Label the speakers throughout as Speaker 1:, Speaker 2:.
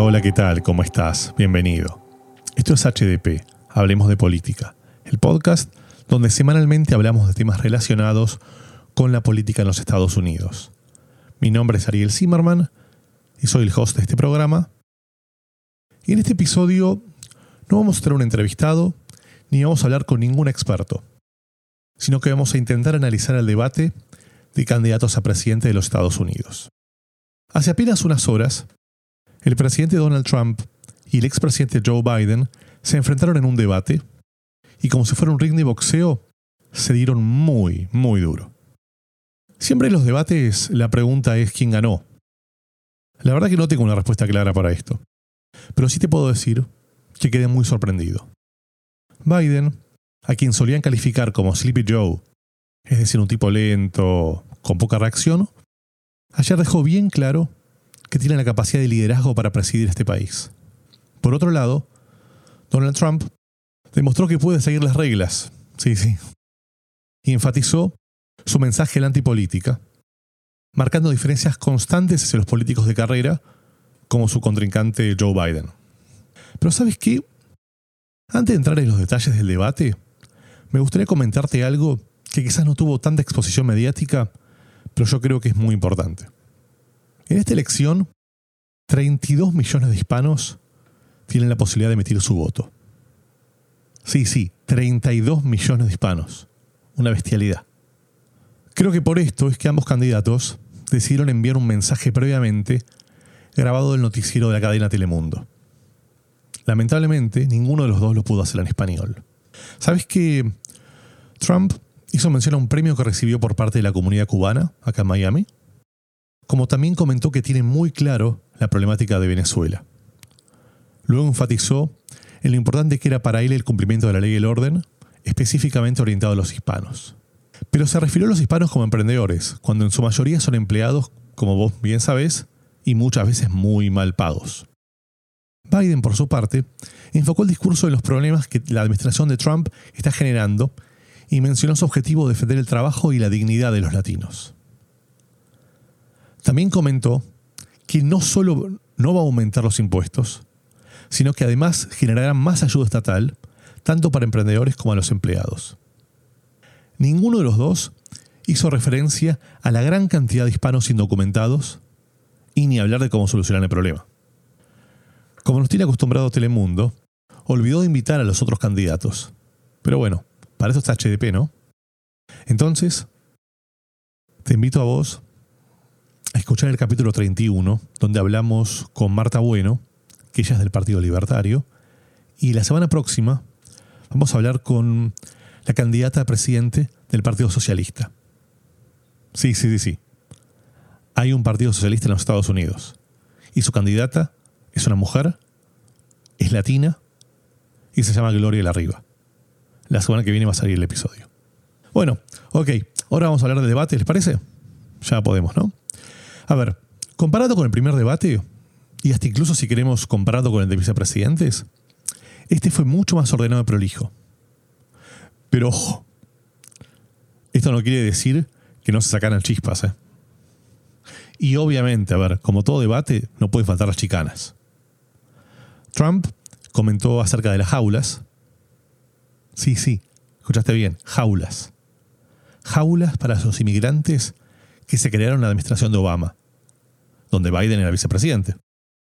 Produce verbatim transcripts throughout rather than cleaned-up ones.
Speaker 1: hola, ¿qué tal? ¿Cómo estás? Bienvenido. Esto es H D P, Hablemos de Política, el podcast donde semanalmente hablamos de temas relacionados con la política en los Estados Unidos. Mi nombre es Ariel Zimmerman y soy el host de este programa. Y en este episodio no vamos a tener un entrevistado ni vamos a hablar con ningún experto, sino que vamos a intentar analizar el debate de candidatos a presidente de los Estados Unidos. Hace apenas unas horas, el presidente Donald Trump y el expresidente Joe Biden se enfrentaron en un debate y, como si fuera un ring de boxeo, se dieron muy, muy duro. Siempre en los debates la pregunta es ¿quién ganó? La verdad que no tengo una respuesta clara para esto, pero sí te puedo decir que quedé muy sorprendido. Biden, a quien solían calificar como Sleepy Joe, es decir, un tipo lento, con poca reacción, ayer dejó bien claro que tiene la capacidad de liderazgo para presidir este país. Por otro lado, Donald Trump demostró que puede seguir las reglas, sí, sí, y enfatizó su mensaje en la antipolítica, marcando diferencias constantes hacia los políticos de carrera, como su contrincante Joe Biden. Pero ¿sabes qué? Antes de entrar en los detalles del debate, me gustaría comentarte algo que quizás no tuvo tanta exposición mediática, pero yo creo que es muy importante. En esta elección, treinta y dos millones de hispanos tienen la posibilidad de emitir su voto. Sí, sí, treinta y dos millones de hispanos. Una bestialidad. Creo que por esto es que ambos candidatos decidieron enviar un mensaje previamente grabado del noticiero de la cadena Telemundo. Lamentablemente, ninguno de los dos lo pudo hacer en español. ¿Sabes que Trump hizo mención a un premio que recibió por parte de la comunidad cubana, acá en Miami? Como también comentó que tiene muy claro la problemática de Venezuela. Luego enfatizó en lo importante que era para él el cumplimiento de la ley y el orden, específicamente orientado a los hispanos. Pero se refirió a los hispanos como emprendedores, cuando en su mayoría son empleados, como vos bien sabés, y muchas veces muy mal pagos. Biden, por su parte, enfocó el discurso en los problemas que la administración de Trump está generando y mencionó su objetivo de defender el trabajo y la dignidad de los latinos. También comentó que no solo no va a aumentar los impuestos, sino que además generará más ayuda estatal, tanto para emprendedores como a los empleados. Ninguno de los dos hizo referencia a la gran cantidad de hispanos indocumentados y ni hablar de cómo solucionar el problema. Como nos tiene acostumbrado Telemundo, olvidó de invitar a los otros candidatos. Pero bueno, para eso está H D P, ¿no? Entonces, te invito a vos a escuchar el capítulo treinta y uno, donde hablamos con Marta Bueno, que ella es del Partido Libertario, y la semana próxima vamos a hablar con la candidata a presidente del Partido Socialista. Sí, sí, sí, sí. Hay un Partido Socialista en los Estados Unidos, y su candidata es una mujer, es latina, y se llama Gloria Larriva. La semana que viene va a salir el episodio. Bueno, ok, ahora vamos a hablar del debate, ¿les parece? Ya podemos, ¿no? A ver, comparado con el primer debate, y hasta incluso si queremos comparado con el de vicepresidentes, este fue mucho más ordenado y prolijo. Pero ojo, esto no quiere decir que no se sacaran chispas, ¿eh? Y obviamente, a ver, como todo debate, no puede faltar las chicanas. Trump comentó acerca de las jaulas. Sí, sí, escuchaste bien, jaulas. Jaulas para los inmigrantes que se crearon en la administración de Obama, donde Biden era vicepresidente.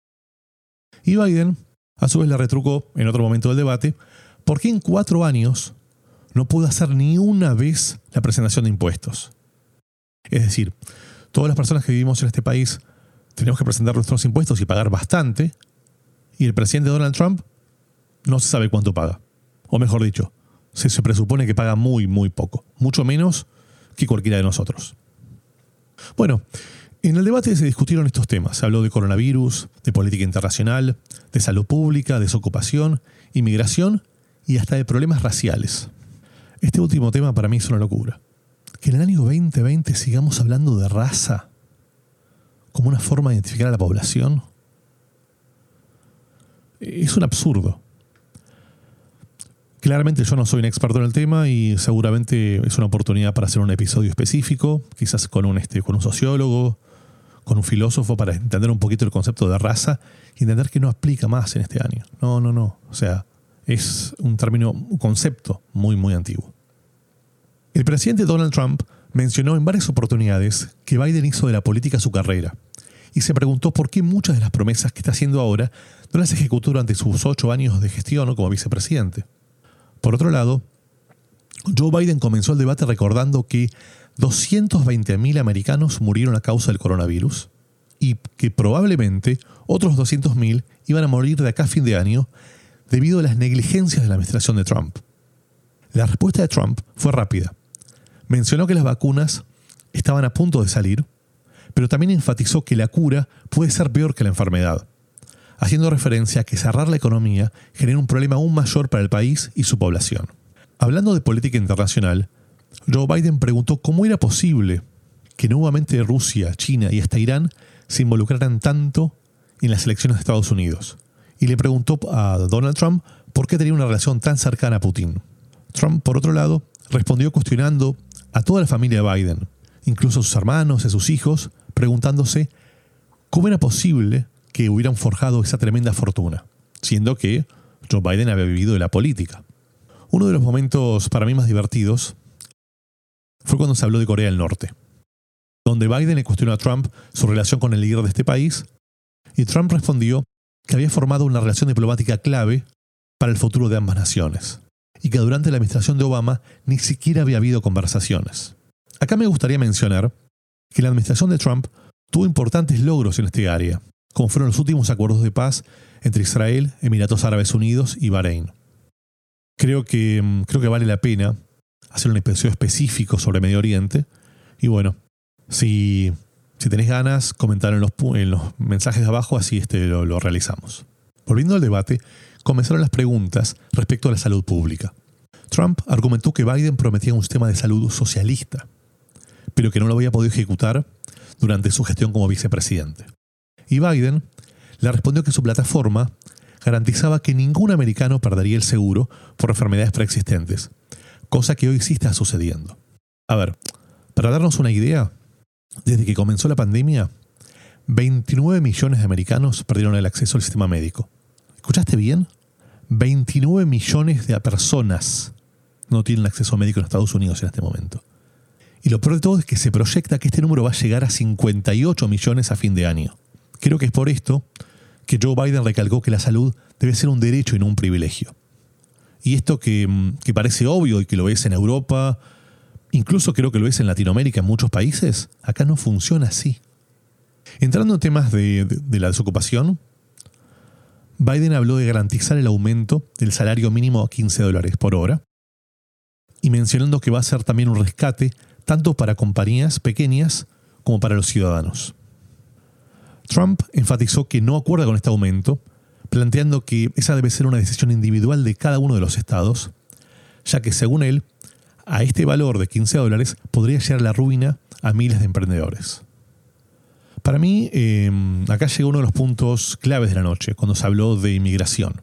Speaker 1: Y Biden, a su vez, le retrucó en otro momento del debate por qué en cuatro años no pudo hacer ni una vez la presentación de impuestos. Es decir, todas las personas que vivimos en este país tenemos que presentar nuestros impuestos y pagar bastante, y el presidente Donald Trump no se sabe cuánto paga. O mejor dicho, se, se presupone que paga muy, muy poco, mucho menos que cualquiera de nosotros. Bueno, en el debate se discutieron estos temas. Se habló de coronavirus, de política internacional, de salud pública, desocupación, inmigración y hasta de problemas raciales. Este último tema para mí es una locura. Que en el año veinte veinte sigamos hablando de raza como una forma de identificar a la población es un absurdo. Claramente yo no soy un experto en el tema y seguramente es una oportunidad para hacer un episodio específico, quizás con un, este, con un sociólogo, con un filósofo para entender un poquito el concepto de raza y entender que no aplica más en este año. No, no, no. O sea, es un término, un concepto muy, muy antiguo. El presidente Donald Trump mencionó en varias oportunidades que Biden hizo de la política su carrera y se preguntó por qué muchas de las promesas que está haciendo ahora no las ejecutó durante sus ocho años de gestión como vicepresidente. Por otro lado, Joe Biden comenzó el debate recordando que doscientos veinte mil americanos murieron a causa del coronavirus y que probablemente otros doscientos mil iban a morir de acá a fin de año debido a las negligencias de la administración de Trump. La respuesta de Trump fue rápida. Mencionó que las vacunas estaban a punto de salir, pero también enfatizó que la cura puede ser peor que la enfermedad, haciendo referencia a que cerrar la economía genera un problema aún mayor para el país y su población. Hablando de política internacional, Joe Biden preguntó cómo era posible que nuevamente Rusia, China y hasta Irán se involucraran tanto en las elecciones de Estados Unidos, y le preguntó a Donald Trump por qué tenía una relación tan cercana a Putin. Trump, por otro lado, respondió cuestionando a toda la familia de Biden, incluso a sus hermanos y a sus hijos, preguntándose cómo era posible que hubieran forjado esa tremenda fortuna, siendo que Joe Biden había vivido de la política. Uno de los momentos para mí más divertidos fue cuando se habló de Corea del Norte, donde Biden le cuestionó a Trump su relación con el líder de este país, y Trump respondió que había formado una relación diplomática clave para el futuro de ambas naciones, y que durante la administración de Obama ni siquiera había habido conversaciones. Acá me gustaría mencionar que la administración de Trump tuvo importantes logros en este área, como fueron los últimos acuerdos de paz entre Israel, Emiratos Árabes Unidos y Bahrein. Creo que, creo que vale la pena hacer un episodio específico sobre Medio Oriente, y bueno, si, si tenés ganas, comentar en los, en los mensajes de abajo, así este, lo, lo realizamos. Volviendo al debate, comenzaron las preguntas respecto a la salud pública. Trump argumentó que Biden prometía un sistema de salud socialista, pero que no lo había podido ejecutar durante su gestión como vicepresidente. Y Biden le respondió que su plataforma garantizaba que ningún americano perdería el seguro por enfermedades preexistentes, cosa que hoy sí está sucediendo. A ver, para darnos una idea, desde que comenzó la pandemia, veintinueve millones de americanos perdieron el acceso al sistema médico. ¿Escuchaste bien? veintinueve millones de personas no tienen acceso médico en Estados Unidos en este momento. Y lo peor de todo es que se proyecta que este número va a llegar a cincuenta y ocho millones a fin de año. Creo que es por esto que Joe Biden recalcó que la salud debe ser un derecho y no un privilegio. Y esto que, que parece obvio y que lo es en Europa, incluso creo que lo es en Latinoamérica, en muchos países, acá no funciona así. Entrando en temas de, de, de la desocupación, Biden habló de garantizar el aumento del salario mínimo a quince dólares por hora y mencionando que va a ser también un rescate tanto para compañías pequeñas como para los ciudadanos. Trump enfatizó que no acuerda con este aumento, planteando que esa debe ser una decisión individual de cada uno de los estados, ya que según él, a este valor de quince dólares podría llegar la ruina a miles de emprendedores. Para mí, eh, acá llegó uno de los puntos claves de la noche, cuando se habló de inmigración.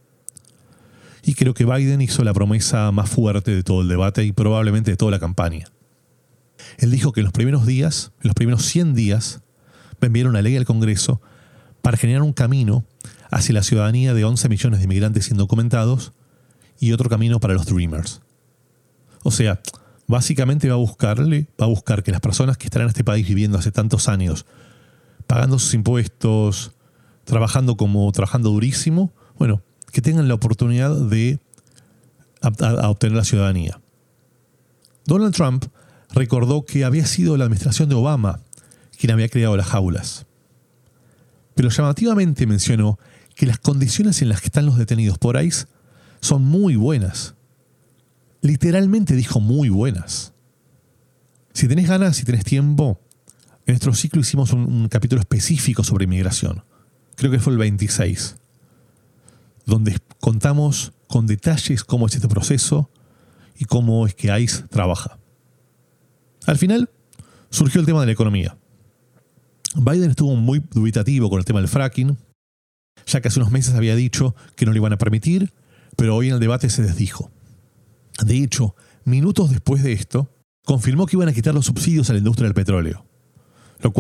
Speaker 1: Y creo que Biden hizo la promesa más fuerte de todo el debate y probablemente de toda la campaña. Él dijo que en los primeros días, en los primeros cien días, va a enviar una ley al Congreso para generar un camino hacia la ciudadanía de once millones de inmigrantes indocumentados y otro camino para los Dreamers. O sea, básicamente va a buscarle, va a buscar que las personas que están en este país viviendo hace tantos años, pagando sus impuestos, trabajando como trabajando durísimo, bueno, que tengan la oportunidad de a, a obtener la ciudadanía. Donald Trump recordó que había sido la administración de Obama quien había creado las jaulas. Pero llamativamente mencionó que las condiciones en las que están los detenidos por ICE son muy buenas. Literalmente dijo muy buenas. Si tenés ganas, si tenés tiempo, en nuestro ciclo hicimos un, un capítulo específico sobre inmigración. Creo que fue el veintiséis. Donde contamos con detalles cómo es este proceso y cómo es que ICE trabaja. Al final, surgió el tema de la economía. Biden estuvo muy dubitativo con el tema del fracking, ya que hace unos meses había dicho que no lo iban a permitir, pero hoy en el debate se desdijo. De hecho, minutos después de esto, confirmó que iban a quitar los subsidios a la industria del petróleo, lo cual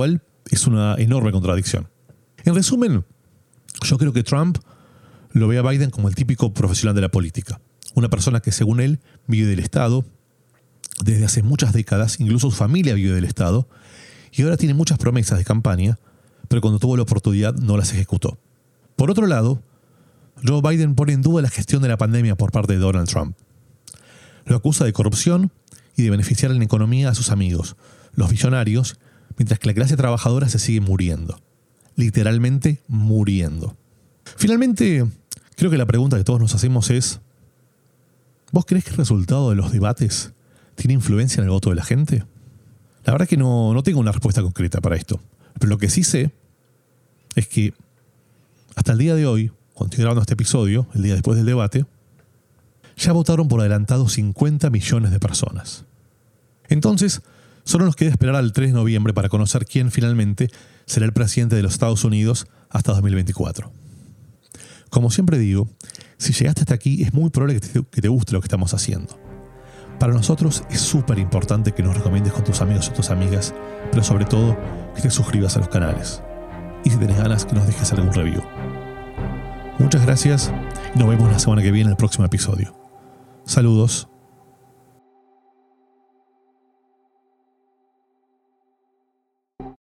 Speaker 1: es una enorme contradicción. En resumen, yo creo que Trump lo ve a Biden como el típico profesional de la política. Una persona que, según él, vive del Estado desde hace muchas décadas, incluso su familia vive del Estado, y ahora tiene muchas promesas de campaña, pero cuando tuvo la oportunidad no las ejecutó. Por otro lado, Joe Biden pone en duda la gestión de la pandemia por parte de Donald Trump. Lo acusa de corrupción y de beneficiar en la economía a sus amigos, los billonarios, mientras que la clase trabajadora se sigue muriendo. Literalmente muriendo. Finalmente, creo que la pregunta que todos nos hacemos es: ¿vos crees que el resultado de los debates tiene influencia en el voto de la gente? La verdad es que no, no tengo una respuesta concreta para esto. Pero lo que sí sé es que hasta el día de hoy, cuando estoy grabando este episodio, el día después del debate, ya votaron por adelantado cincuenta millones de personas. Entonces, solo nos queda esperar al tres de noviembre para conocer quién finalmente será el presidente de los Estados Unidos hasta dos mil veinticuatro. Como siempre digo, si llegaste hasta aquí es muy probable que te, que te guste lo que estamos haciendo. Para nosotros es súper importante que nos recomiendes con tus amigos y tus amigas, pero sobre todo que te suscribas a los canales. Y si tenés ganas, que nos dejes algún review. Muchas gracias y nos vemos la semana que viene en el próximo episodio. Saludos.